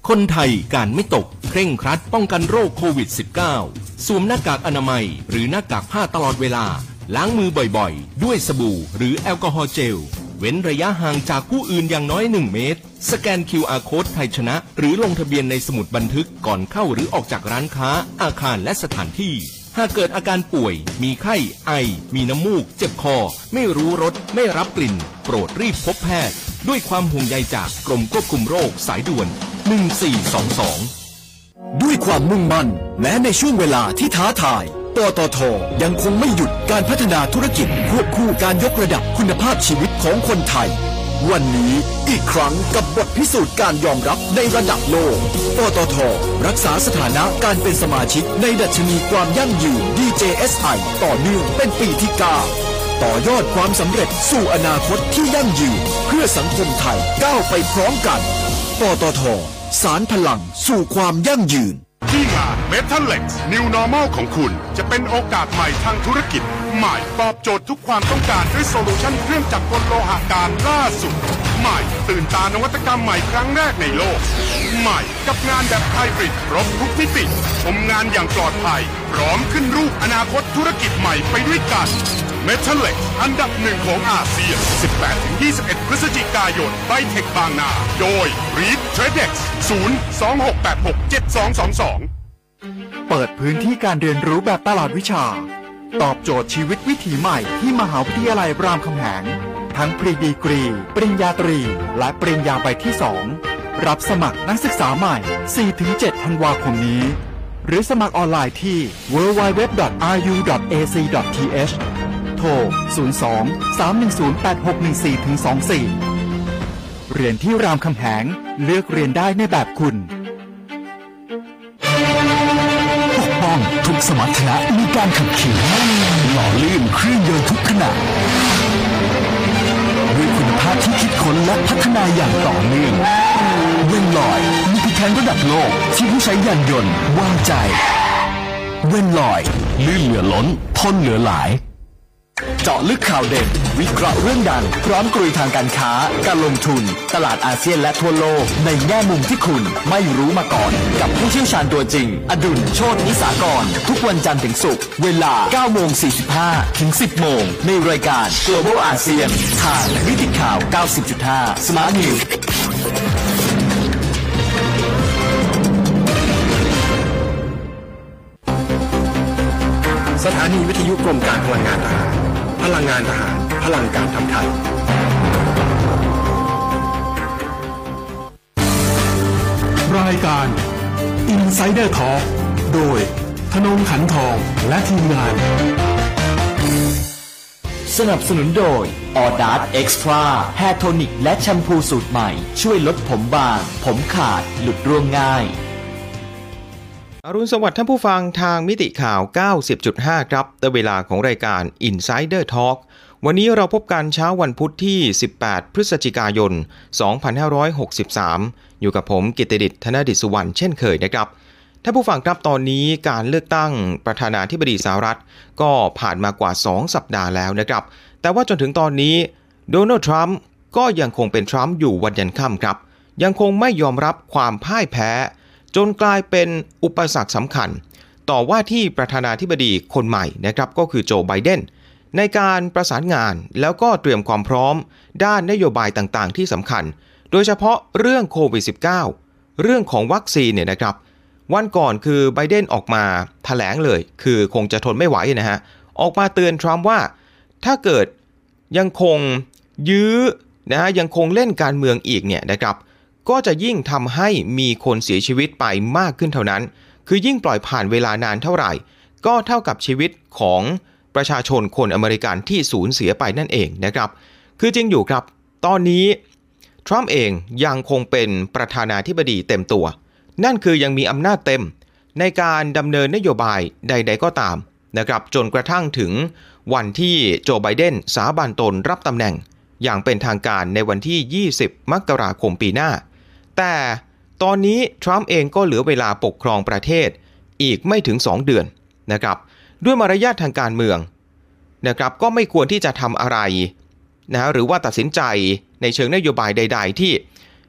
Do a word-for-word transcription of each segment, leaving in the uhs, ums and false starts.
คนไทยการไม่ตกเคร่งครัดป้องกันโรคโควิด สิบเก้า สวมหน้ากากอนามัยหรือหน้ากากผ้าตลอดเวลาล้างมือบ่อยๆด้วยสบู่หรือแอลกอฮอล์เจลเว้นระยะห่างจากผู้อื่นอย่างน้อยหนึ่งเมตรสแกน คิว อาร์ Code ไทยชนะหรือลงทะเบียนในสมุดบันทึกก่อนเข้าหรือออกจากร้านค้าอาคารและสถานที่หากเกิดอาการป่วยมีไข้ไอมีน้ำมูกเจ็บคอไม่รู้รสไม่รับกลิ่นโปรดรีบพบแพทย์ด้วยความห่วงใยจากกรมควบคุมโรคสายด่วนหนึ่งสี่สองสองด้วยความมุ่งมั่นแม้ในช่วงเวลาที่ท้าทายปตท.ยังคงไม่หยุดการพัฒนาธุรกิจควบคู่การยกระดับคุณภาพชีวิตของคนไทยวันนี้อีกครั้งกับบทพิสูจน์การยอมรับในระดับโลกปตท.รักษาสถานะการเป็นสมาชิกในดัชนีความยั่งยืน ดี เจ เอส ไอ ต่อเนื่องเป็นปีที่เก้าต่อยอดความสำเร็จสู่อนาคตที่ยั่งยืนเพื่อสังคมไทยก้าวไปพร้อมกันปตท.สารพลังสู่ความยั่งยืนที่งาน Metallex New Normal ของคุณจะเป็นโอกาสใหม่ทางธุรกิจใหม่ตอบโจทย์ทุกความต้องการด้วยโซลูชันเครื่องจักรกลโลหะการล่าสุดใหม่ตื่นตานวัตกรรมใหม่ครั้งแรกในโลกใหม่กับงานแบบไฮบริดครบทุกมิติชมงานอย่างปลอดภัยพร้อมขึ้นรูปอนาคตธุรกิจใหม่ไปด้วยกัน Metallex อันดับหนึ่งของอาเซียน สิบแปดถึงยี่สิบเอ็ด พฤศจิกายนไบเทคบางนาโดย Reed Tradex ศูนย์ สอง หก แปด หก เจ็ด สอง สอง สองเปิดพื้นที่การเรียนรู้แบบตลอดวิชาตอบโจทย์ชีวิตวิถีใหม่ที่มหาวิทยาลัยรามคำแหงทั้งปริญญาดีกรีปริญญาตรีและปริญญาใบที่สองรับสมัครนักศึกษาใหม่ สี่ถึงเจ็ด ธันวาคมนี้หรือสมัครออนไลน์ที่ ดับเบิลยู ดับเบิลยู ดับเบิลยู ดอท อาร์ ยู ดอท เอ ซี ดอท ที เอช โทร ศูนย์ สอง สาม หนึ่ง ศูนย์ แปด หก หนึ่ง สี่ ถึง สอง สี่ เรียนที่รามคำแหงเลือกเรียนได้ในแบบคุณปกป้องทุกสมรรถนะในการขับขี่หล่อลื่นเครื่องยนต์ทุกขณะด้วยคุณภาพที่คิดค้นและพัฒนาอย่างต่อเนื่องเวนลอยมีตัวแทนระดับโลกที่ผู้ใช้ยานยนต์วางใจเวนลอยลื่นเหลือล้นทนเหลือหลายเจาะลึกข่าวเด่นวิเคราะห์เรื่องดังพร้อมกลุยทางการค้าการลงทุนตลาดอาเซียนและทั่วโลกในแง่มุมที่คุณไม่รู้มาก่อนกับผู้เชี่ยวชาญตัวจริงอดุลโชตินิสากรทุกวันจันทร์ถึงศุกร์เวลา เก้าโมงสี่สิบห้า ถึง สิบโมงในรายการ Global อาเซียนทางวิทยุข่าว เก้าสิบจุดห้า Smart News สถานีวิทยุกรมการพลังงานทหารพลังงานทหารพลังการทำไทยรายการ Insider Talk โดยธนงขันทองและทีมงานสนับสนุนโดย Audart Extra Hair Tonic และแชมพูสูตรใหม่ช่วยลดผมบางผมขาดหลุดร่วงง่ายอรุณสวัสดิ์ท่านผู้ฟังทางมิติข่าว เก้าสิบจุดห้า ครับในเวลาของรายการ Insider Talk วันนี้เราพบกันเช้าวันพุธที่สิบแปดพฤศจิกายนสองพันห้าร้อยหกสิบสามอยู่กับผมกิตติดิษฐ์ธนดิษฐ์สุวรรณเช่นเคยนะครับท่านผู้ฟังครับตอนนี้การเลือกตั้งประธานาธิบดีสหรัฐก็ผ่านมากว่าสองสัปดาห์แล้วนะครับแต่ว่าจนถึงตอนนี้โดนัลด์ทรัมป์ก็ยังคงเป็นทรัมป์อยู่วันยันค่ำครับยังคงไม่ยอมรับความพ่ายแพ้จนกลายเป็นอุปสรรคสำคัญต่อว่าที่ประธานาธิบดีคนใหม่นะครับก็คือโจไบเดนในการประสานงานแล้วก็เตรียมความพร้อมด้านนโยบายต่างๆที่สำคัญโดยเฉพาะเรื่องโควิด สิบเก้า เรื่องของวัคซีนเนี่ยนะครับวันก่อนคือไบเดนออกมาแถลงเลยคือคงจะทนไม่ไหวนะฮะออกมาเตือนทรัมป์ว่าถ้าเกิดยังคงยื้อนะฮะยังคงเล่นการเมืองอีกเนี่ยนะครับก็จะยิ่งทำให้มีคนเสียชีวิตไปมากขึ้นเท่านั้นคือยิ่งปล่อยผ่านเวลานานเท่าไหร่ก็เท่ากับชีวิตของประชาชนคนอเมริกันที่สูญเสียไปนั่นเองนะครับคือจริงอยู่ครับตอนนี้ทรัมป์เองยังคงเป็นประธานาธิบดีเต็มตัวนั่นคือยังมีอำนาจเต็มในการดำเนินนโยบายใดๆก็ตามนะครับจนกระทั่งถึงวันที่โจไบเดนสาบานตนรับตำแหน่งอย่างเป็นทางการในวันที่ยี่สิบมกราคมปีหน้าแต่ตอนนี้ทรัมป์เองก็เหลือเวลาปกครองประเทศอีกไม่ถึงสองเดือนนะครับด้วยมารยาททางการเมืองนะครับก็ไม่ควรที่จะทำอะไรนะหรือว่าตัดสินใจในเชิงนโยบายใดๆที่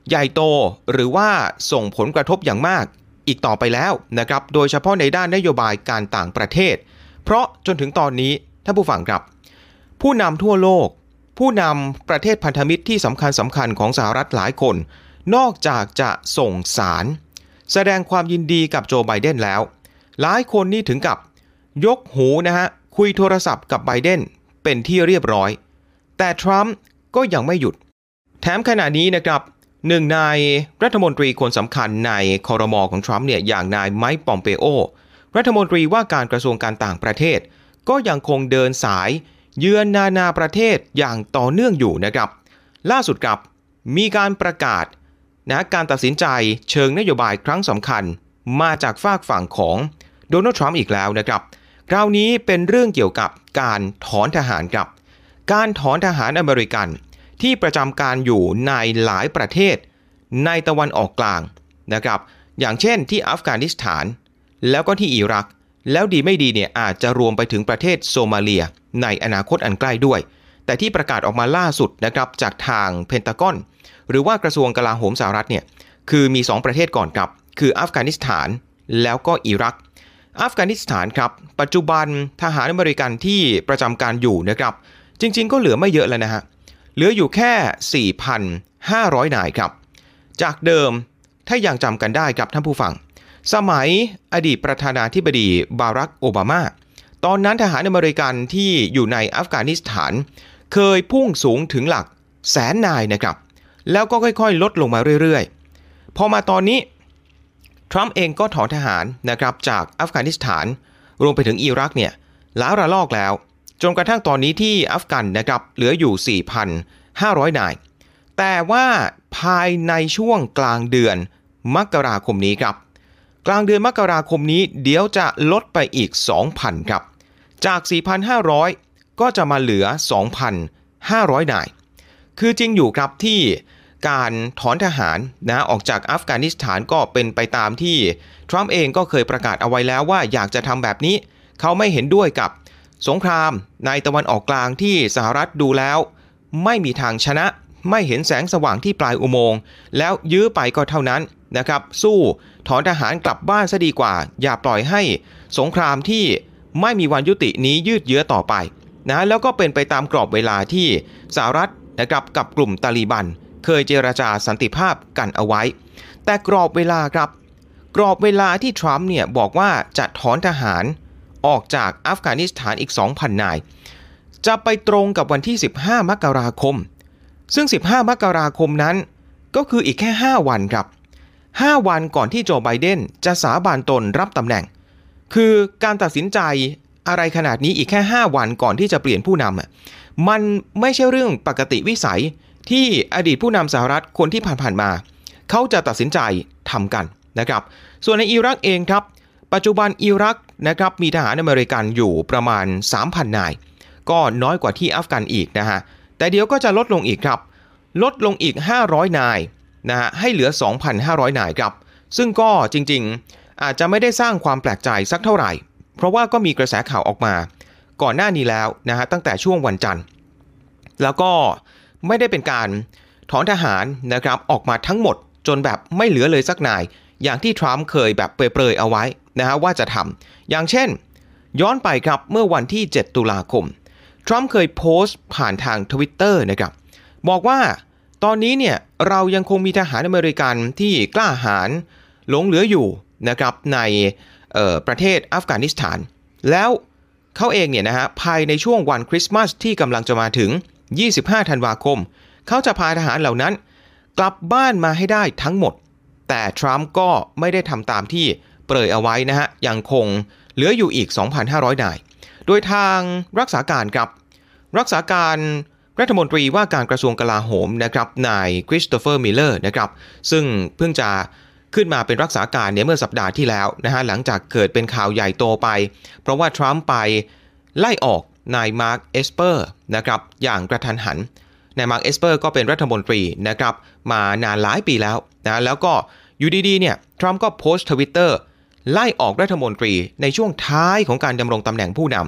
ใหญ่โตหรือว่าส่งผลกระทบอย่างมากอีกต่อไปแล้วนะครับโดยเฉพาะในด้านนโยบายการต่างประเทศเพราะจนถึงตอนนี้ท่านผู้ฟังครับผู้นำทั่วโลกผู้นำประเทศพันธมิตรที่สำคัญสำคัญของสหรัฐหลายคนนอกจากจะส่งสารแสดงความยินดีกับโจไบเดนแล้วหลายคนนี่ถึงกับยกหูนะฮะคุยโทรศัพท์กับไบเดนเป็นที่เรียบร้อยแต่ทรัมป์ก็ยังไม่หยุดแถมขณะนี้นะครับหนึ่งนายรัฐมนตรีคนสำคัญในครม.ของทรัมป์เนี่ยอย่างนายไมค์ปอมเปโอรัฐมนตรีว่าการกระทรวงการต่างประเทศก็ยังคงเดินสายเยือนนานาประเทศอย่างต่อเนื่องอยู่นะครับล่าสุดครับมีการประกาศนะการตัดสินใจเชิงนโยบายครั้งสำคัญมาจากฝากฝั่งของโดนัลด์ทรัมป์อีกแล้วนะครับคราวนี้เป็นเรื่องเกี่ยวกับการถอนทหารครับการถอนทหารอเมริกันที่ประจำการอยู่ในหลายประเทศในตะวันออกกลางนะครับอย่างเช่นที่อัฟกานิสถานแล้วก็ที่อิรักแล้วดีไม่ดีเนี่ยอาจจะรวมไปถึงประเทศโซมาเลียในอนาคตอันใกล้ด้วยแต่ที่ประกาศออกมาล่าสุดนะครับจากทางเพนทากอนหรือว่ากระทรวงกลาโหมสหรัฐเนี่ยคือมีสองประเทศก่อนครับคืออัฟกานิสถานแล้วก็อิรักอัฟกานิสถานครับปัจจุบันทหารอเมริกันที่ประจำการอยู่นะครับจริงๆก็เหลือไม่เยอะแล้วนะฮะเหลืออยู่แค่ สี่พันห้าร้อย นายครับจากเดิมถ้ายังจำกันได้ครับท่านผู้ฟังสมัยอดีตประธานาธิบดีบารักโอบามาตอนนั้นทหารอเมริกันที่อยู่ในอัฟกานิสถานเคยพุ่งสูงถึงหลักแสนนายนะครับแล้วก็ค่อยๆลดลงมาเรื่อยๆพอมาตอนนี้ทรัมป์เองก็ถอนทหารนะครับจากอัฟกานิสถานรวมไปถึงอิรักเนี่ยหลายระลอกแล้วจนกระทั่งตอนนี้ที่อัฟกันนะครับเหลืออยู่ สี่พันห้าร้อย นายแต่ว่าภายในช่วงกลางเดือนมกราคมนี้ครับกลางเดือนมกราคมนี้เดี๋ยวจะลดไปอีก สองพัน ครับจาก สี่พันห้าร้อย ก็จะมาเหลือ สองพันห้าร้อย นายคือจริงอยู่ครับที่การถอนทหารนะออกจากอัฟกานิสถานก็เป็นไปตามที่ทรัมป์เองก็เคยประกาศเอาไว้แล้วว่าอยากจะทำแบบนี้เขาไม่เห็นด้วยกับสงครามในตะวันออกกลางที่สหรัฐดูแล้วไม่มีทางชนะไม่เห็นแสงสว่างที่ปลายอุโมงค์แล้วยื้อไปก็เท่านั้นนะครับสู้ถอนทหารกลับบ้านซะดีกว่าอย่าปล่อยให้สงครามที่ไม่มีวันยุตินี้ยืดเยื้อต่อไปนะแล้วก็เป็นไปตามกรอบเวลาที่สหรัฐนะครับกับกลุ่มตาลีบันเคยเจรจาสันติภาพกันเอาไว้แต่กรอบเวลาครับกรอบเวลาที่ทรัมป์เนี่ยบอกว่าจะถอนทหารออกจากอัฟกานิสถานอีก สองพัน นายจะไปตรงกับวันที่สิบห้ามกราคมซึ่งสิบห้ามกราคมนั้นก็คืออีกแค่ห้าวันครับห้าวันก่อนที่โจไบเดนจะสาบานตนรับตำแหน่งคือการตัดสินใจอะไรขนาดนี้อีกแค่ห้าวันก่อนที่จะเปลี่ยนผู้นำอ่ะมันไม่ใช่เรื่องปกติวิสัยที่อดีตผู้นำสหรัฐคนที่ผ่านๆมาเขาจะตัดสินใจทำกันนะครับส่วนในอิรักเองครับปัจจุบันอิรักนะครับมีทหารอเมริกันอยู่ประมาณ สามพัน นายก็น้อยกว่าที่อัฟกันอีกนะฮะแต่เดี๋ยวก็จะลดลงอีกครับลดลงอีกห้าร้อยนายนะฮะให้เหลือ สองพันห้าร้อย นายครับซึ่งก็จริงๆอาจจะไม่ได้สร้างความแปลกใจสักเท่าไหร่เพราะว่าก็มีกระแสข่าวออกมาก่อนหน้านี้แล้วนะฮะตั้งแต่ช่วงวันจันทร์แล้วก็ไม่ได้เป็นการถอนทหารนะครับออกมาทั้งหมดจนแบบไม่เหลือเลยสักนายอย่างที่ทรัมป์เคยแบบเปรยๆเอาไว้นะฮะว่าจะทำอย่างเช่นย้อนไปครับเมื่อวันที่เจ็ดตุลาคมทรัมป์เคยโพสต์ผ่านทาง Twitter นะครับบอกว่าตอนนี้เนี่ยเรายังคงมีทหารอเมริกันที่กล้าหาญหลงเหลืออยู่นะครับในเอ่อประเทศอัฟกานิสถานแล้วเขาเองเนี่ยนะฮะภายในช่วงวันคริสต์มาสที่กำลังจะมาถึงยี่สิบห้าธันวาคมเขาจะพาทหารเหล่านั้นกลับบ้านมาให้ได้ทั้งหมดแต่ทรัมป์ก็ไม่ได้ทำตามที่เปรยเอาไว้นะฮะยังคงเหลืออยู่อีก สองพันห้าร้อย นายโดยทางรักษาการครับรักษาการรัฐมนตรีว่าการกระทรวงกลาโหมนะครับนายคริสโตเฟอร์มิลเลอร์นะครับซึ่งเพิ่งจะขึ้นมาเป็นรักษาการเนี่ยเมื่อสัปดาห์ที่แล้วนะฮะหลังจากเกิดเป็นข่าวใหญ่โตไปเพราะว่าทรัมป์ไปไล่ออกนายมาร์คเอสเปอร์นะครับอย่างกระทันหันนายมาร์คเอสเปอร์ก็เป็นรัฐมนตรีนะครับมานานหลายปีแล้วนะแล้วก็อยู่ดีๆเนี่ยทรัมป์ก็โพสต์ Twitter ไล่ออกรัฐมนตรีในช่วงท้ายของการดำรงตำแหน่งผู้นำ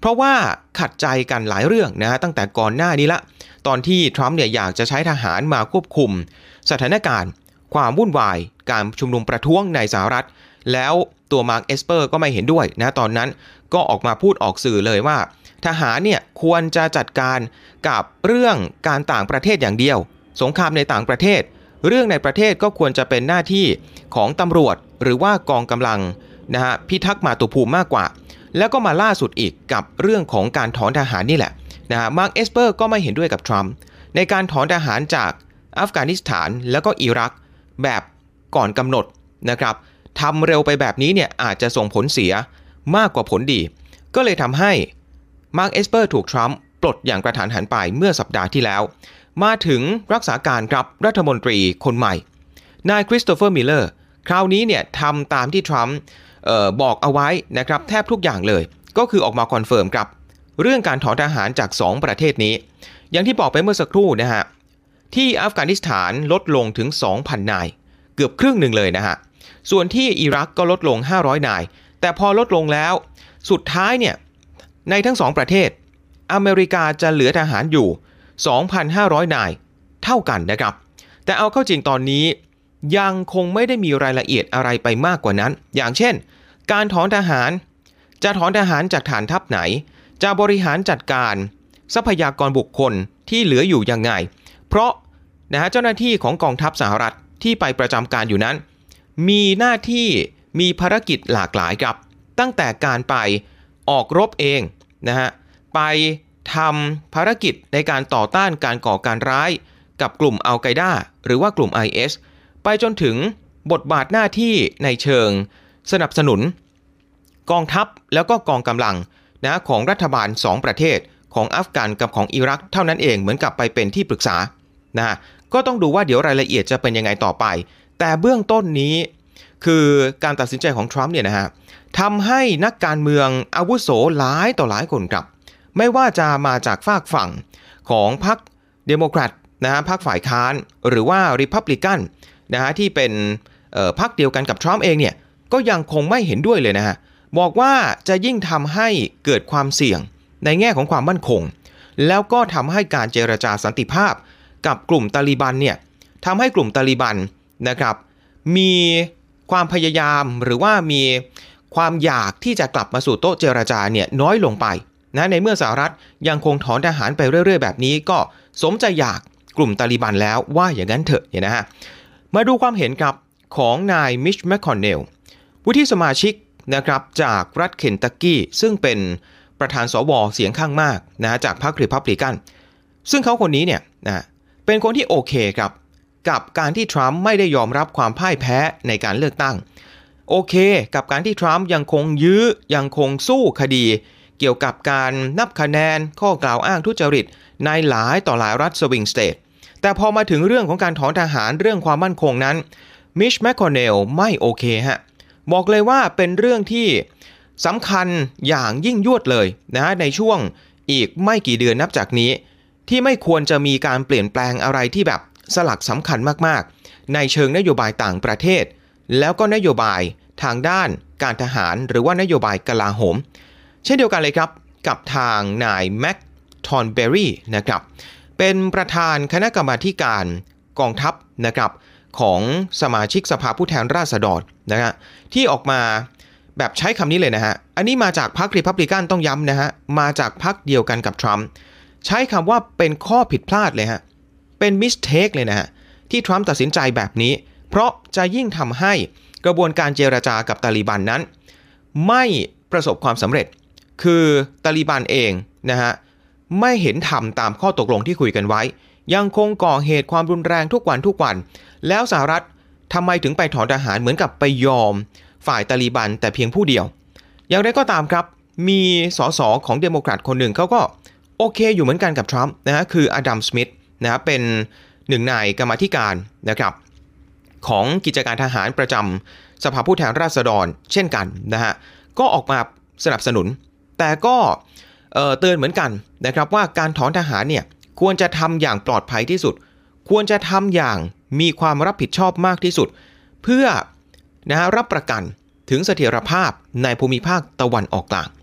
เพราะว่าขัดใจกันหลายเรื่องนะตั้งแต่ก่อนหน้านี้ละตอนที่ทรัมป์เนี่ยอยากจะใช้ทหารมาควบคุมสถานการณ์ความวุ่นวายการชุมนุมประท้วงในสหรัฐแล้วตัวมาร์คเอสเปอร์ก็ไม่เห็นด้วยนะตอนนั้นก็ออกมาพูดออกสื่อเลยว่าทหารเนี่ยควรจะจัดการกับเรื่องการต่างประเทศอย่างเดียวสงครามในต่างประเทศเรื่องในประเทศก็ควรจะเป็นหน้าที่ของตำรวจหรือว่ากองกำลังนะฮะพิทักษ์มาตุภูมิมากกว่าแล้วก็มาล่าสุดอีกกับเรื่องของการถอนทหารนี่แหละนะฮะมาร์คเอสเปอร์ก็ไม่เห็นด้วยกับทรัมป์ในการถอนทหารจากอัฟกานิสถานแล้วก็อิรักแบบก่อนกำหนดนะครับทำเร็วไปแบบนี้เนี่ยอาจจะส่งผลเสียมากกว่าผลดีก็เลยทำให้มาร์คเอสเปอร์ถูกทรัมป์ปลดอย่างกระทันหันไปเมื่อสัปดาห์ที่แล้วมาถึงรักษาการครับรัฐมนตรีคนใหม่นายคริสโตเฟอร์มิลเลอร์คราวนี้เนี่ยทำตามที่ทรัมป์เอ่อบอกเอาไว้นะครับแทบทุกอย่างเลยก็คือออกมาคอนเฟิร์มครับเรื่องการถอนทหารจากสองประเทศนี้อย่างที่บอกไปเมื่อสักครู่นะฮะที่อัฟกานิสถานลดลงถึง สองพัน นายเกือบครึ่งหนึ่งเลยนะฮะส่วนที่อิรักก็ลดลงห้าร้อยนายแต่พอลดลงแล้วสุดท้ายเนี่ยในทั้งสองประเทศอเมริกาจะเหลือทหารอยู่ สองพันห้าร้อย นายเท่ากันนะครับแต่เอาเข้าจริงตอนนี้ยังคงไม่ได้มีรายละเอียดอะไรไปมากกว่านั้นอย่างเช่นการถอนทหารจะถอนทหารจากฐานทัพไหนจะบริหารจัดการทรัพยากรบุคคลที่เหลืออยู่ยังไงเพราะนะฮะเจ้าหน้าที่ของกองทัพสหรัฐที่ไปประจำการอยู่นั้นมีหน้าที่มีภารกิจหลากหลายครับตั้งแต่การไปออกรบเองนะฮะไปทำภารกิจในการต่อต้านการก่อการร้ายกับกลุ่มอัลไกดาหรือว่ากลุ่ม ไอ เอส ไปจนถึงบทบาทหน้าที่ในเชิงสนับสนุนกองทัพแล้วก็กองกำลังนะของรัฐบาลสองประเทศของอัฟกันกับของอิรักเท่านั้นเองเหมือนกับไปเป็นที่ปรึกษานะก็ต้องดูว่าเดี๋ยวรายละเอียดจะเป็นยังไงต่อไปแต่เบื้องต้นนี้คือการตัดสินใจของทรัมป์เนี่ยนะฮะทำให้นักการเมืองอาวุโสหลายต่อหลายคนครับไม่ว่าจะมาจากฝากฝั่งของพรรคเดโมแครตนะฮะพรรคฝ่ายค้านหรือว่าริพับลิกันนะฮะที่เป็นพรรคเดียวกันกับทรัมป์เองเนี่ยก็ยังคงไม่เห็นด้วยเลยนะฮะบอกว่าจะยิ่งทำให้เกิดความเสี่ยงในแง่ของความมั่นคงแล้วก็ทำให้การเจรจาสันติภาพกับกลุ่มตาลิบันเนี่ยทำให้กลุ่มตาลิบันนะครับมีความพยายามหรือว่ามีความอยากที่จะกลับมาสู่โต๊ะเจรจาเนี่ยน้อยลงไปนะในเมื่อสหรัฐยังคงถอนทหารไปเรื่อยๆแบบนี้ก็สมใจอยากกลุ่มตาลิบันแล้วว่าอย่างนั้นเถอะเนี่ยนะฮะมาดูความเห็นครับของนายมิชแมคคอนเนลวุฒิสมาชิกนะครับจากรัฐเคนตักกี้ซึ่งเป็นประธานสวเสียงข้างมากนะจากพรรครีพับลิกันซึ่งเขาคนนี้เนี่ยนะเป็นคนที่โอเคครับกับการที่ทรัมป์ไม่ได้ยอมรับความพ่ายแพ้ในการเลือกตั้งโอเคกับการที่ทรัมป์ยังคงยื้อยังคงสู้คดีเกี่ยวกับการนับคะแนนข้อกล่าวอ้างทุจริตในหลายต่อหลายรัฐสวิงสเตทแต่พอมาถึงเรื่องของการถอนทหารเรื่องความมั่นคงนั้นมิชแมคคอนเนลไม่โอเคฮะบอกเลยว่าเป็นเรื่องที่สำคัญอย่างยิ่งยวดเลยนะในช่วงอีกไม่กี่เดือนนับจากนี้ที่ไม่ควรจะมีการเปลี่ยนแปลงอะไรที่แบบสลักสำคัญมากๆในเชิงนโยบายต่างประเทศแล้วก็นโยบายทางด้านการทหารหรือว่านโยบายกลาโหมเช่นเดียวกันเลยครับกับทางนายแม็กทอนเบอรี่นะครับเป็นประธานคณะกรรมาการกองทัพนะครับของสมาชิกสภาผู้แทนราษฎรนะฮะที่ออกมาแบบใช้คำนี้เลยนะฮะอันนี้มาจากพรรครีพับลิกันต้องย้ำนะฮะมาจากพรรคเดียวกันกับทรัมป์ใช้คำว่าเป็นข้อผิดพลาดเลยฮะเป็นมิสเทคเลยนะฮะที่ทรัมป์ตัดสินใจแบบนี้เพราะจะยิ่งทำให้กระบวนการเจรจากับตาลิบันนั้นไม่ประสบความสำเร็จคือตาลิบันเองนะฮะไม่เห็นทำตามข้อตกลงที่คุยกันไว้ยังคงก่อเหตุความรุนแรงทุกวันทุกวันแล้วสหรัฐทำไมถึงไปถอนทหารเหมือนกับไปยอมฝ่ายตาลิบันแต่เพียงผู้เดียวอย่างไรก็ตามครับมีสสของเดโมแครตคนหนึ่งเขาก็โอเคอยู่เหมือนกันกับทรัมป์นะฮะคืออดัมสมิธนะเป็นหนึ่งในกรรมาธิการนะครับของกิจการทหารประจำสภาผู้แทนราษฎรเช่นกันนะฮะก็ออกมาสนับสนุนแต่ก็เอ่อเตือนเหมือนกันนะครับว่าการถอนทหารเนี่ยควรจะทำอย่างปลอดภัยที่สุดควรจะทำอย่างมีความรับผิดชอบมากที่สุดเพื่อนะฮะรับประกันถึงเสถียรภาพในภูมิภาคตะวันออกกลาง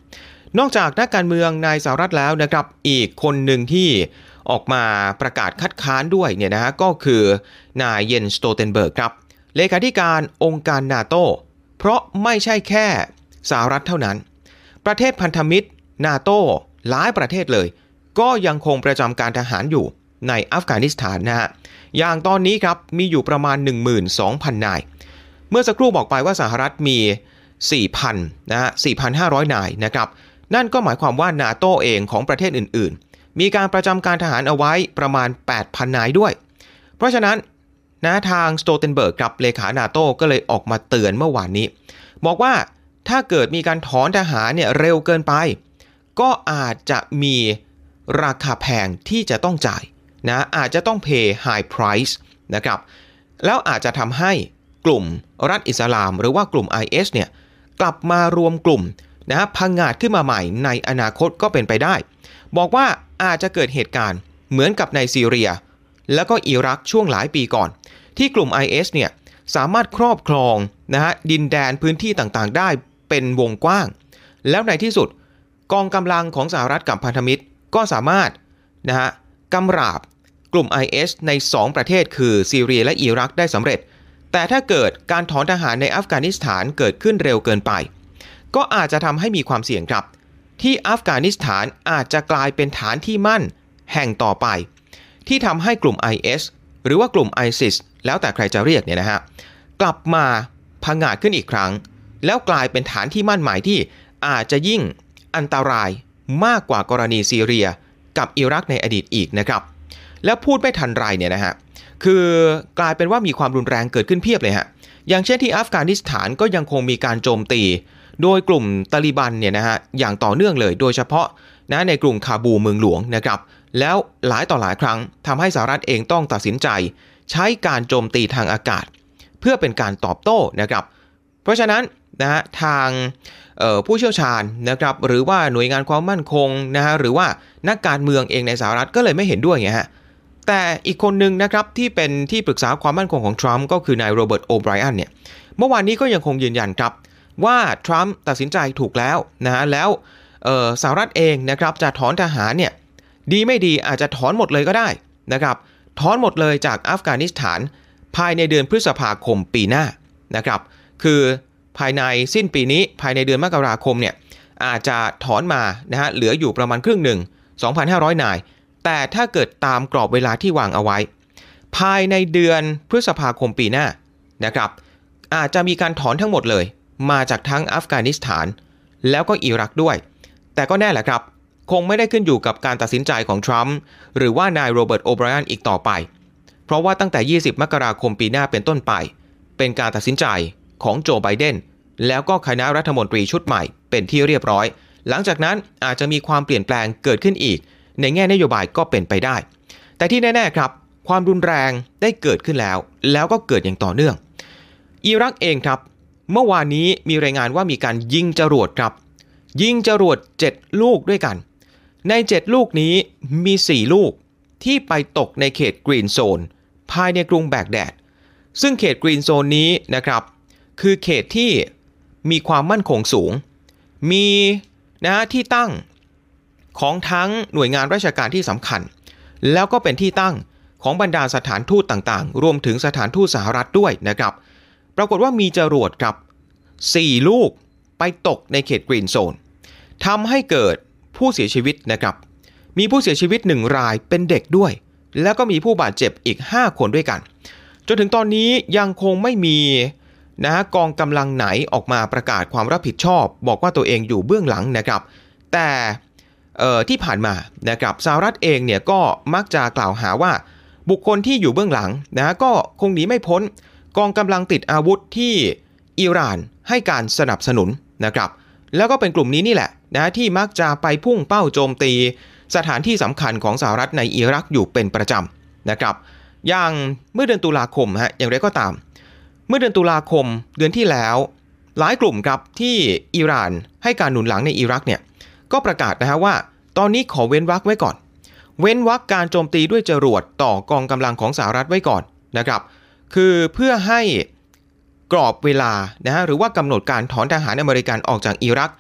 นอกจากนักการเมืองในสหรัฐแล้วนะครับอีกคนหนึ่งที่ออกมาประกาศคัดค้านด้วยเนี่ยนะฮะก็คือนายเยนสโตเทนเบิร์กครับเลขาธิการองค์การนาโตเพราะไม่ใช่แค่สหรัฐเท่านั้นประเทศพันธมิตรนาโตหลายประเทศเลยก็ยังคงประจำการทหารอยู่ในอัฟกานิสถานนะฮะอย่างตอนนี้ครับมีอยู่ประมาณ หนึ่งหมื่นสองพัน นายเมื่อสักครู่บอกไปว่าสหรัฐมี สี่พัน นะฮะ สี่พันห้าร้อย นายนะครับนั่นก็หมายความว่านาโตเองของประเทศอื่นๆมีการประจำการทหารเอาไว้ประมาณ แปดพัน นายด้วยเพราะฉะนั้นนะทางสโตเทนเบิร์กกับเลขานาโตก็เลยออกมาเตือนเมื่อวานนี้บอกว่าถ้าเกิดมีการถอนทหารเนี่ยเร็วเกินไปก็อาจจะมีราคาแพงที่จะต้องจ่ายนะอาจจะต้อง pay high price นะครับแล้วอาจจะทำให้กลุ่มรัฐอิสลามหรือว่ากลุ่ม ไอ เอส เนี่ยกลับมารวมกลุ่มนะพังงาดขึ้นมาใหม่ในอนาคตก็เป็นไปได้บอกว่าอาจจะเกิดเหตุการณ์เหมือนกับในซีเรียแล้วก็อิรักช่วงหลายปีก่อนที่กลุ่ม ไอ เอส เนี่ยสามารถครอบครองนะฮะดินแดนพื้นที่ต่างๆได้เป็นวงกว้างแล้วในที่สุดกองกำลังของสหรัฐกับพันธมิตรก็สามารถนะฮะกำราบกลุ่ม ไอ เอส ในสองประเทศคือซีเรียและอิรักได้สำเร็จแต่ถ้าเกิดการถอนทหารในอัฟกานิสถานเกิดขึ้นเร็วเกินไปก็อาจจะทำให้มีความเสี่ยงครับที่อัฟกานิสถานอาจจะกลายเป็นฐานที่มั่นแห่งต่อไปที่ทำให้กลุ่ม ไอ เอส หรือว่ากลุ่ม ไอซิส แล้วแต่ใครจะเรียกเนี่ยนะฮะกลับมาพังงาดขึ้นอีกครั้งแล้วกลายเป็นฐานที่มั่นหมายที่อาจจะยิ่งอันตรายมากกว่ากรณีซีเรียกับอิรักในอดีตอีกนะครับแล้วพูดไม่ทันไรเนี่ยนะฮะคือกลายเป็นว่ามีความรุนแรงเกิดขึ้นเพียบเลยฮะอย่างเช่นที่อัฟกานิสถานก็ยังคงมีการโจมตีโดยกลุ่มตาลิบันเนี่ยนะฮะอย่างต่อเนื่องเลยโดยเฉพาะนะในกรุงคาบูเมืองหลวงนะครับแล้วหลายต่อหลายครั้งทำให้สหรัฐเองต้องตัดสินใจใช้การโจมตีทางอากาศเพื่อเป็นการตอบโต้นะครับเพราะฉะนั้นนะฮะทางผู้เชี่ยวชาญนะครับหรือว่าหน่วยงานความมั่นคงนะฮะหรือว่านักการเมืองเองในสหรัฐก็เลยไม่เห็นด้วยไงฮะแต่อีกคนหนึ่งนะครับที่เป็นที่ปรึกษาความมั่นคงของทรัมป์ก็คือนายโรเบิร์ตโอไบรอันเนี่ยเมื่อวานนี้ก็ยังคงยืนยันครับว่าทรัมป์ตัดสินใจถูกแล้วนะฮะแล้วสหรัฐเองนะครับจะถอนทหารเนี่ยดีไม่ดีอาจจะถอนหมดเลยก็ได้นะครับถอนหมดเลยจากอัฟกานิสถานภายในเดือนพฤษภาคมปีหน้านะครับคือภายในสิ้นปีนี้ภายในเดือนมกราคมเนี่ยอาจจะถอนมานะฮะเหลืออยู่ประมาณครึ่งหนึ่ง สองพันห้าร้อย นายแต่ถ้าเกิดตามกรอบเวลาที่วางเอาไว้ภายในเดือนพฤษภาคมปีหน้านะครับอาจจะมีการถอนทั้งหมดเลยมาจากทั้งอัฟกานิสถานแล้วก็อิรักด้วยแต่ก็แน่แหละครับคงไม่ได้ขึ้นอยู่กับการตัดสินใจของทรัมป์หรือว่านายโรเบิร์ตโอไบรอันอีกต่อไปเพราะว่าตั้งแต่ยี่สิบมกราคมปีหน้าเป็นต้นไปเป็นการตัดสินใจของโจไบเดนแล้วก็คณะรัฐมนตรีชุดใหม่เป็นที่เรียบร้อยหลังจากนั้นอาจจะมีความเปลี่ยนแปลงเกิดขึ้นอีกในแง่นโยบายก็เป็นไปได้แต่ที่แน่ๆครับความรุนแรงได้เกิดขึ้นแล้วแล้วก็เกิดอย่างต่อเนื่องอิรักเองครับเมื่อวานนี้มีรายงานว่ามีการยิงจรวดครับยิงจรวดเจ็ดลูกด้วยกันในเจ็ดลูกนี้มีสี่ลูกที่ไปตกในเขตกรีนโซนภายในกรุงแบกแดดซึ่งเขตกรีนโซนนี้นะครับคือเขตที่มีความมั่นคงสูงมีนะที่ตั้งของทั้งหน่วยงานราชการที่สำคัญแล้วก็เป็นที่ตั้งของบรรดาสถานทูตต่างๆรวมถึงสถานทูตสหรัฐด้วยนะครับปรากฏว่ามีจรวดครับสี่ลูกไปตกในเขตกรีนโซนทำให้เกิดผู้เสียชีวิตนะครับมีผู้เสียชีวิตหนึ่งรายเป็นเด็กด้วยแล้วก็มีผู้บาดเจ็บอีกห้าคนด้วยกันจนถึงตอนนี้ยังคงไม่มีนะกองกำลังไหนออกมาประกาศความรับผิดชอบบอกว่าตัวเองอยู่เบื้องหลังนะครับแต่ที่ผ่านมานะครับสหรัฐเองเนี่ยก็มักจะกล่าวหาว่าบุคคลที่อยู่เบื้องหลังนะก็คงหนีไม่พ้นกองกำลังติดอาวุธที่อิหร่านให้การสนับสนุนนะครับแล้วก็เป็นกลุ่มนี้นี่แหละนะที่มักจะไปพุ่งเป้าโจมตีสถานที่สำคัญของสหรัฐในอิรักอยู่เป็นประจำนะครับอย่างเมื่อเดือนตุลาคมฮะอย่างไรก็ตามเมื่อเดือนตุลาคมเดือนที่แล้วหลายกลุ่มครับที่อิหร่านให้การหนุนหลังในอิรักเนี่ยก็ประกาศนะฮะว่าตอนนี้ขอเว้นวรรคไว้ก่อนเว้นวรรคการโจมตีด้วยจรวดต่อกองกำลังของสหรัฐไว้ก่อนนะครับคือเพื่อให้กรอบเวลานะฮะหรือว่ากำหนดการถอนทหารอเมริกันออกจากอิรัก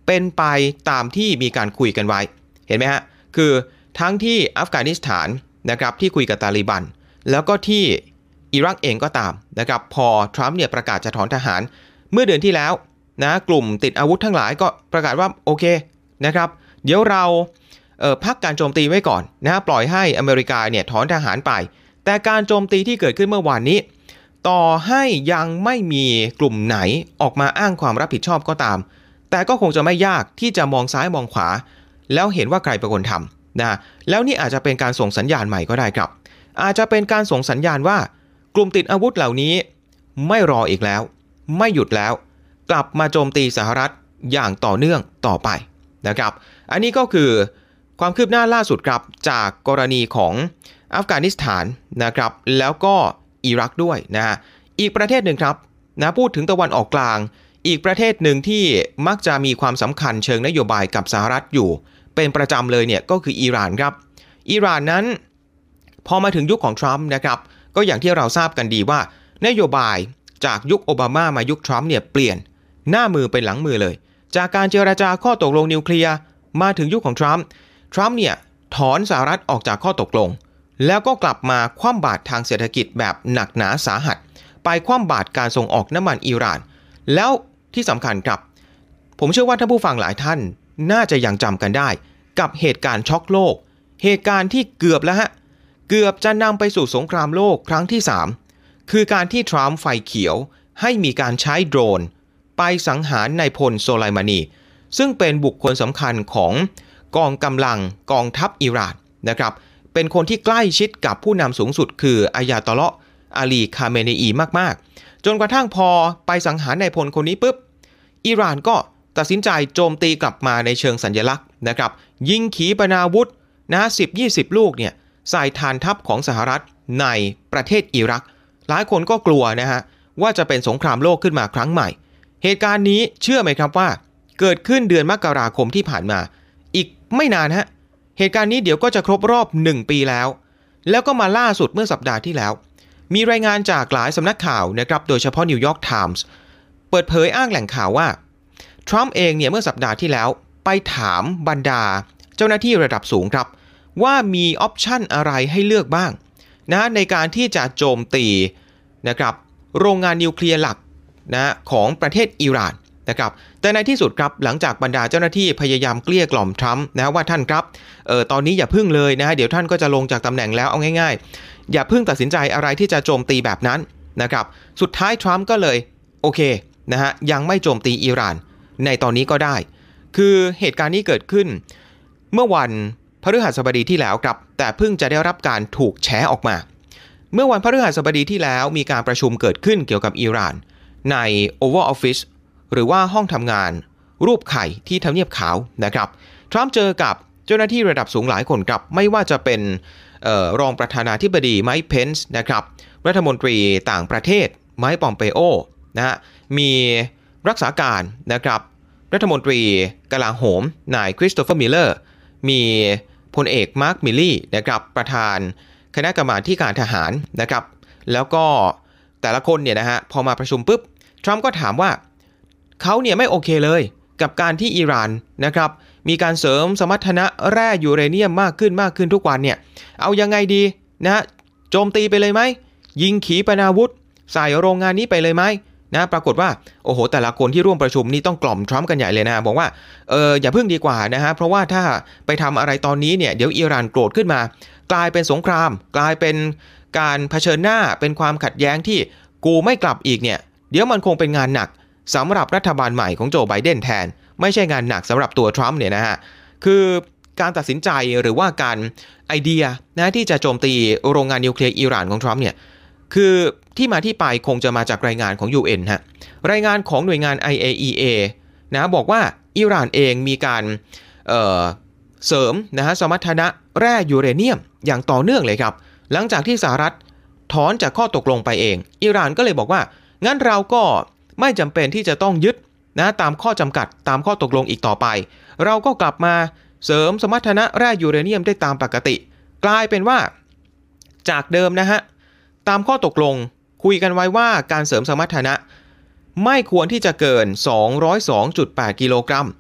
เป็นไปตามที่มีการคุยกันไว้เห็นไหมฮะคือทั้งที่อัฟกานิสถานนะครับที่คุยกับตาลิบันแล้วก็ที่อิรักเองก็ตามนะครับพอทรัมป์เนี่ยประกาศจะถอนทหารเมื่อเดือนที่แล้วนะกลุ่มติดอาวุธทั้งหลายก็ประกาศว่าโอเคนะครับเดี๋ยวเราเอ่อพักการโจมตีไว้ก่อนนะปล่อยให้อเมริกาเนี่ยถอนทหารไปแต่การโจมตีที่เกิดขึ้นเมื่อวานนี้ต่อให้ยังไม่มีกลุ่มไหนออกมาอ้างความรับผิดชอบก็ตามแต่ก็คงจะไม่ยากที่จะมองซ้ายมองขวาแล้วเห็นว่าใครเป็นคนทำนะแล้วนี่อาจจะเป็นการส่งสัญญาณใหม่ก็ได้ครับอาจจะเป็นการส่งสัญญาณว่ากลุ่มติดอาวุธเหล่านี้ไม่รออีกแล้วไม่หยุดแล้วกลับมาโจมตีสหรัฐอย่างต่อเนื่องต่อไปนะครับอันนี้ก็คือความคืบหน้าล่าสุดครับจากกรณีของอัฟกานิสถานนะครับแล้วก็อิรักด้วยนะฮะอีกประเทศหนึ่งครับนะพูดถึงตะวันออกกลางอีกประเทศหนึ่งที่มักจะมีความสำคัญเชิงนโยบายกับสหรัฐอยู่เป็นประจำเลยเนี่ยก็คืออิหร่านครับอิหร่านนั้นพอมาถึงยุคของทรัมป์นะครับก็อย่างที่เราทราบกันดีว่านโยบายจากยุคโอบามามายุคทรัมป์เนี่ยเปลี่ยนหน้ามือเป็นหลังมือเลยจากการเจรจาข้อตกลงนิวเคลียร์มาถึงยุคของทรัมป์ทรัมป์เนี่ยถอนสหรัฐออกจากข้อตกลงแล้วก็กลับมาคว่ำบาตรทางเศรษฐกิจแบบหนักหนาสาหัสไปคว่ำบาตรการส่งออกน้ำมันอิหร่านแล้วที่สำคัญครับผมเชื่อว่าท่านผู้ฟังหลายท่านน่าจะยังจำกันได้กับเหตุการณ์ช็อกโลกเหตุการณ์ที่เกือบแล้วฮะเกือบจะนำไปสู่สงครามโลกครั้งที่สามคือการที่ทรัมป์ไฟเขียวให้มีการใช้โดรนไปสังหารนายพลโซไลมานีซึ่งเป็นบุคคลสำคัญของกองกำลังกองทัพอิหร่านนะครับเป็นคนที่ใกล้ชิดกับผู้นำสูงสุดคืออายาตอเลาะห์อาลีคาเมเนอีมากๆจนกระทั่งพอไปสังหารนายพลคนนี้ปุ๊บอิหร่านก็ตัดสินใจโจมตีกลับมาในเชิงสัญลักษณ์นะครับยิงขีปนาวุธนะสิบ ยี่สิบ ลูกเนี่ยใส่ฐานทัพของสหรัฐในประเทศอิรักหลายคนก็กลัวนะฮะว่าจะเป็นสงครามโลกขึ้นมาครั้งใหม่เหตุการณ์นี้เชื่อไหมครับว่าเกิดขึ้นเดือนมกราคมที่ผ่านมาอีกไม่นานฮะเหตุการณ์นี้เดี๋ยวก็จะครบรอบหนึ่งปีแล้วแล้วก็มาล่าสุดเมื่อสัปดาห์ที่แล้วมีรายงานจากหลายสำนักข่าวนะครับโดยเฉพาะนิวยอร์กไทมส์เปิดเผยอ้างแหล่งข่าวว่าทรัมป์เองเนี่ยเมื่อสัปดาห์ที่แล้วไปถามบรรดาเจ้าหน้าที่ระดับสูงครับว่ามีออปชันอะไรให้เลือกบ้างนะในการที่จะโจมตีนะครับโรงงานนิวเคลียร์หลักนะของประเทศอิหร่านนะครับแต่ในที่สุดครับหลังจากบรรดาเจ้าหน้าที่พยายามเกลี้ยกล่อมทรัมป์นะว่าท่านครับเออตอนนี้อย่าพึ่งเลยนะเดี๋ยวท่านก็จะลงจากตำแหน่งแล้วเอาง่ายๆอย่าพึ่งตัดสินใจอะไรที่จะโจมตีแบบนั้นนะครับสุดท้ายทรัมป์ก็เลยโอเคนะฮะยังไม่โจมตีอิหร่านในตอนนี้ก็ได้คือเหตุการณ์นี้เกิดขึ้นเมื่อวันพฤหัสบดีที่แล้วครับแต่เพิ่งจะได้รับการถูกแฉออกมาเมื่อวันพฤหัสบดีที่แล้วมีการประชุมเกิดขึ้นเกี่ยวกับอิหร่านใน Oval Office หรือว่าห้องทำงานรูปไข่ที่ทำเนียบขาวนะครับทรัมป์เจอกับเจ้าหน้าที่ระดับสูงหลายคนครับไม่ว่าจะเป็นเอ่อรองประธานาธิบดีไมค์เพนส์นะครับรัฐมนตรีต่างประเทศไมค์ปอมเปโอนะฮะมีรักษาการนะครับรัฐมนตรีกลาโหมนายคริสโตเฟอร์มิลเลอร์มีพลเอกมาร์คมิลลี่นะครับประธานคณะกรรมาธิการทหารนะครับแล้วก็แต่ละคนเนี่ยนะฮะพอมาประชุมปุ๊บทรัมป์ก็ถามว่าเขาเนี่ยไม่โอเคเลยกับการที่อิหร่านนะครับมีการเสริมสมรรถนะแร่ยูเรเนียมมากขึ้นมากขึ้นทุกวันเนี่ยเอายังไงดีนะโจมตีไปเลยไหมยิงขีปนาวุธใส่โรงงานนี้ไปเลยไหมนะปรากฏว่าโอ้โหแต่ละคนที่ร่วมประชุมนี่ต้องกล่อมทรัมป์กันใหญ่เลยนะบอกว่าเอออย่าพึ่งดีกว่านะฮะเพราะว่าถ้าไปทำอะไรตอนนี้เนี่ยเดี๋ยวอิหร่านโกรธขึ้นมากลายเป็นสงครามกลายเป็นการเผชิญหน้าเป็นความขัดแย้งที่กูไม่กลับอีกเนี่ยเดี๋ยวมันคงเป็นงานหนักสำหรับรัฐบาลใหม่ของโจไบเดนแทนไม่ใช่งานหนักสำหรับตัวทรัมป์เนี่ยนะฮะคือการตัดสินใจหรือว่าการไอเดียนะที่จะโจมตีโรงงานนิวเคลียร์อิหร่านของทรัมป์เนี่ยคือที่มาที่ไปคงจะมาจากรายงานของ ยู เอ็น ฮะรายงานของหน่วยงาน ไอ เอ อี เอ นะบอกว่าอิหร่านเองมีการเอ่อเสริมนะฮะสมรรถนะแร่ยูเรเนียมอย่างต่อเนื่องเลยครับหลังจากที่สหรัฐถอนจากข้อตกลงไปเองอิหร่านก็เลยบอกว่างั้นเราก็ไม่จำเป็นที่จะต้องยึดนะตามข้อจำกัดตามข้อตกลงอีกต่อไปเราก็กลับมาเสริมสมรรถนะแร่ยูเรเนียมได้ตามปกติกลายเป็นว่าจากเดิมนะฮะตามข้อตกลงคุยกันไว้ว่าการเสริมสมรรถนะไม่ควรที่จะเกิน สองร้อยสองจุดแปด กิโลกรัม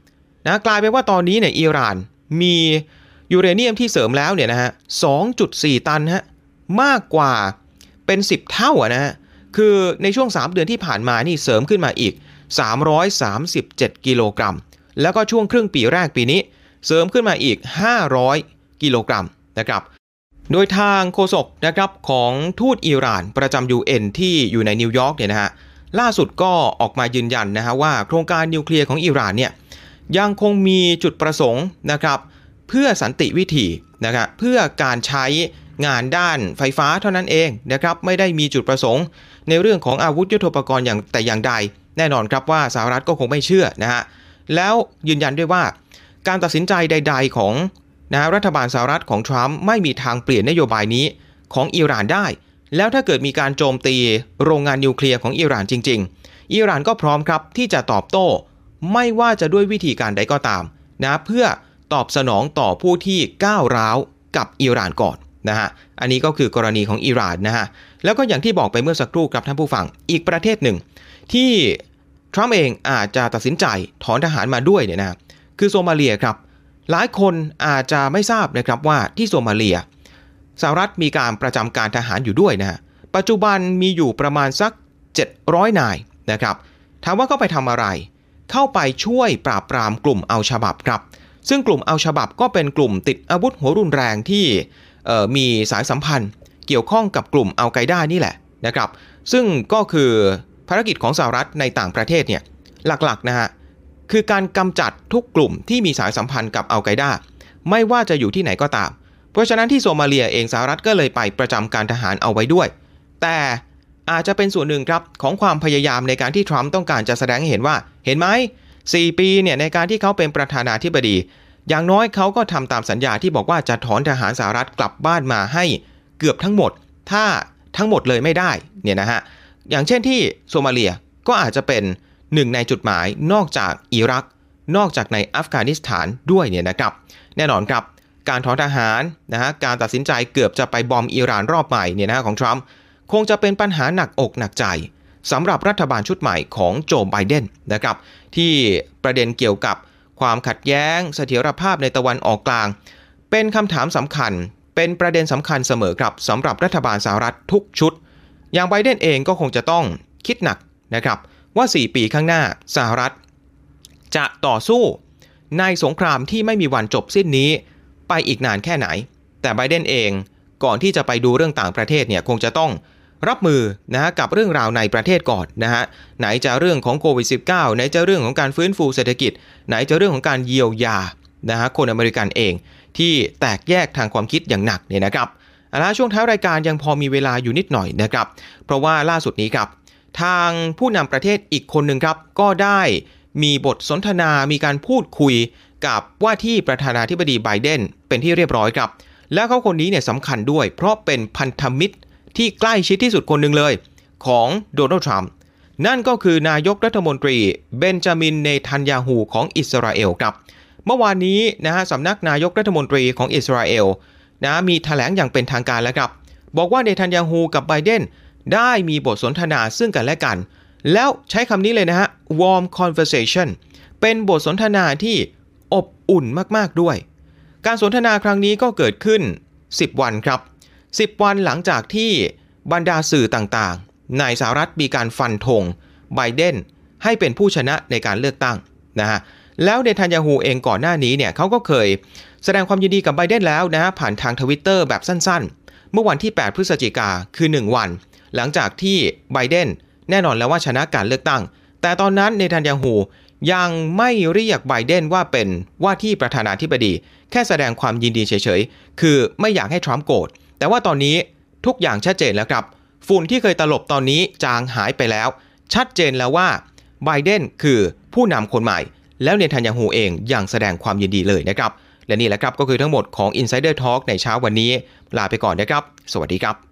นะกลายเป็นว่าตอนนี้เนี่ยอิหร่านมียูเรเนียมที่เสริมแล้วเนี่ยนะฮะ สองจุดสี่ ตันฮะมากกว่าเป็นสิบเท่าอ่ะนะฮะคือในช่วงสามเดือนที่ผ่านมานี่เสริมขึ้นมาอีกสามร้อยสามสิบเจ็ดกิโลกรัมแล้วก็ช่วงครึ่งปีแรกปีนี้เสริมขึ้นมาอีกห้าร้อยกิโลกรัมนะครับโดยทางโฆษกนะครับของทูตอิหร่านประจำ ยู เอ็น ที่อยู่ในนิวยอร์กเนี่ยนะฮะล่าสุดก็ออกมายืนยันนะฮะว่าโครงการนิวเคลียร์ของอิหร่านเนี่ยยังคงมีจุดประสงค์นะครับเพื่อสันติวิธีนะครับเพื่อการใช้งานด้านไฟฟ้าเท่านั้นเองนะครับไม่ได้มีจุดประสงค์ในเรื่องของอาวุธยุทโธปกรณ์อย่างแต่อย่างใดแน่นอนครับว่าสหรัฐก็คงไม่เชื่อนะฮะแล้วยืนยันด้วยว่าการตัดสินใจใดๆของนะรัฐบาลสหรัฐของทรัมป์ไม่มีทางเปลี่ยนนโยบายนี้ของอิหร่านได้แล้วถ้าเกิดมีการโจมตีโรงงานนิวเคลียร์ของอิหร่านจริงๆอิหร่านก็พร้อมครับที่จะตอบโต้ไม่ว่าจะด้วยวิธีการใดก็ตามนะเพื่อตอบสนองต่อผู้ที่ก้าวร้าวกับอิหร่านก่อนนะฮะอันนี้ก็คือกรณีของอิหร่านนะฮะแล้วก็อย่างที่บอกไปเมื่อสักครู่ครับท่านผู้ฟังอีกประเทศหนึ่งที่ทรัมป์เองอาจจะตัดสินใจถอนทหารมาด้วยเนี่ยนะคือโซมาเลียครับหลายคนอาจจะไม่ทราบนะครับว่าที่โซมาเลียสหรัฐมีการประจำการทหารอยู่ด้วยนะปัจจุบันมีอยู่ประมาณสักเจ็ดร้อยนายนะครับถามว่าเข้าไปทำอะไรเข้าไปช่วยปราบปรามกลุ่มอัลชะบับครับซึ่งกลุ่มอัลชะบับก็เป็นกลุ่มติดอาวุธหัวรุนแรงที่มีสายสัมพันธ์เกี่ยวข้องกับกลุ่มอัลไกด้านี่แหละนะครับซึ่งก็คือภารกิจของสหรัฐในต่างประเทศเนี่ยหลักๆนะฮะคือการกำจัดทุกกลุ่มที่มีสายสัมพันธ์กับอัลไกด้าไม่ว่าจะอยู่ที่ไหนก็ตามเพราะฉะนั้นที่โซมาเลียเองสหรัฐก็เลยไปประจำการทหารเอาไว้ด้วยแต่อาจจะเป็นส่วนหนึ่งครับของความพยายามในการที่ทรัมป์ต้องการจะแสดงให้เห็นว่าเห็นไหมสี่ปีเนี่ยในการที่เขาเป็นประธานาธิบดีอย่างน้อยเขาก็ทำตามสัญญาที่บอกว่าจะถอนทหารสหรัฐกลับบ้านมาให้เกือบทั้งหมดถ้าทั้งหมดเลยไม่ได้เนี่ยนะฮะอย่างเช่นที่โซมาเลียก็อาจจะเป็นหนึ่งในจุดหมายนอกจากอิรักนอกจากในอัฟกานิสถานด้วยเนี่ยนะครับแน่นอนครับการถอนทหารนะฮะการตัดสินใจเกือบจะไปบอมอิหร่านรอบใหม่เนี่ยนะของทรัมป์คงจะเป็นปัญหาหนักอกหนักใจสำหรับรัฐบาลชุดใหม่ของโจไบเดนนะครับที่ประเด็นเกี่ยวกับความขัดแย้งเสถียรภาพในตะวันออกกลางเป็นคำถามสำคัญเป็นประเด็นสำคัญเสมอครับสำหรับรัฐบาลสหรัฐทุกชุดอย่างไบเดนเองก็คงจะต้องคิดหนักนะครับว่าสี่ปีข้างหน้าสหรัฐจะต่อสู้ในสงครามที่ไม่มีวันจบสิ้นนี้ไปอีกนานแค่ไหนแต่ไบเดนเองก่อนที่จะไปดูเรื่องต่างประเทศเนี่ยคงจะต้องรับมือนะฮะกับเรื่องราวในประเทศก่อนนะฮะไหนจะเรื่องของโควิด สิบเก้า ไหนจะเรื่องของการฟื้นฟูเศรษฐกิจไหนจะเรื่องของการเยียวยานะฮะคนอเมริกันเองที่แตกแยกทางความคิดอย่างหนักเนี่ยนะครับเอาละช่วงท้ายรายการยังพอมีเวลาอยู่นิดหน่อยนะครับเพราะว่าล่าสุดนี้ครับทางผู้นำประเทศอีกคนหนึ่งครับก็ได้มีบทสนทนามีการพูดคุยกับว่าที่ประธานาธิบดีไบเดนเป็นที่เรียบร้อยครับแล้วเขาคนนี้เนี่ยสำคัญด้วยเพราะเป็นพันธมิตรที่ใกล้ชิดที่สุดคนหนึ่งเลยของโดนัลด์ทรัมป์นั่นก็คือนายกรัฐมนตรีเบนจามินเนทันยาฮูของอิสราเอลครับเมื่อวานนี้นะฮะสำนักนายกรัฐมนตรีของอิสราเอลนะมีแถลงอย่างเป็นทางการแล้วครับบอกว่าเนทันยาฮูกับไบเดนได้มีบทสนทนาซึ่งกันและกันแล้วใช้คำนี้เลยนะฮะ warm conversation เป็นบทสนทนาที่อบอุ่นมากๆด้วยการสนทนาครั้งนี้ก็เกิดขึ้นสิบวันครับสิบวันหลังจากที่บรรดาสื่อต่างๆในสหรัฐมีการฟันธงไบเดนให้เป็นผู้ชนะในการเลือกตั้งนะฮะแล้วเนทันยาฮูเองก่อนหน้านี้เนี่ยเขาก็เคยแสดงความยินดีกับไบเดนแล้วนะฮะผ่านทาง Twitter แบบสั้นๆเมื่อวันที่แปดพฤศจิกาคือหนึ่งวันหลังจากที่ไบเดนแน่นอนแล้วว่าชนะการเลือกตั้งแต่ตอนนั้นเนทันยาฮูยังไม่เรียกไบเดนว่าเป็นว่าที่ประธานาธิบดีแค่แสดงความยินดีเฉยๆคือไม่อยากให้ทรัมป์โกรธแต่ว่าตอนนี้ทุกอย่างชัดเจนแล้วครับฝุ่นที่เคยตลบตอนนี้จางหายไปแล้วชัดเจนแล้วว่าไบเดนคือผู้นำคนใหม่แล้วเนทันยาฮูเองยังแสดงความยินดีเลยนะครับและนี่แหละครับก็คือทั้งหมดของ Insider Talk ในเช้าวันนี้ลาไปก่อนนะครับสวัสดีครับ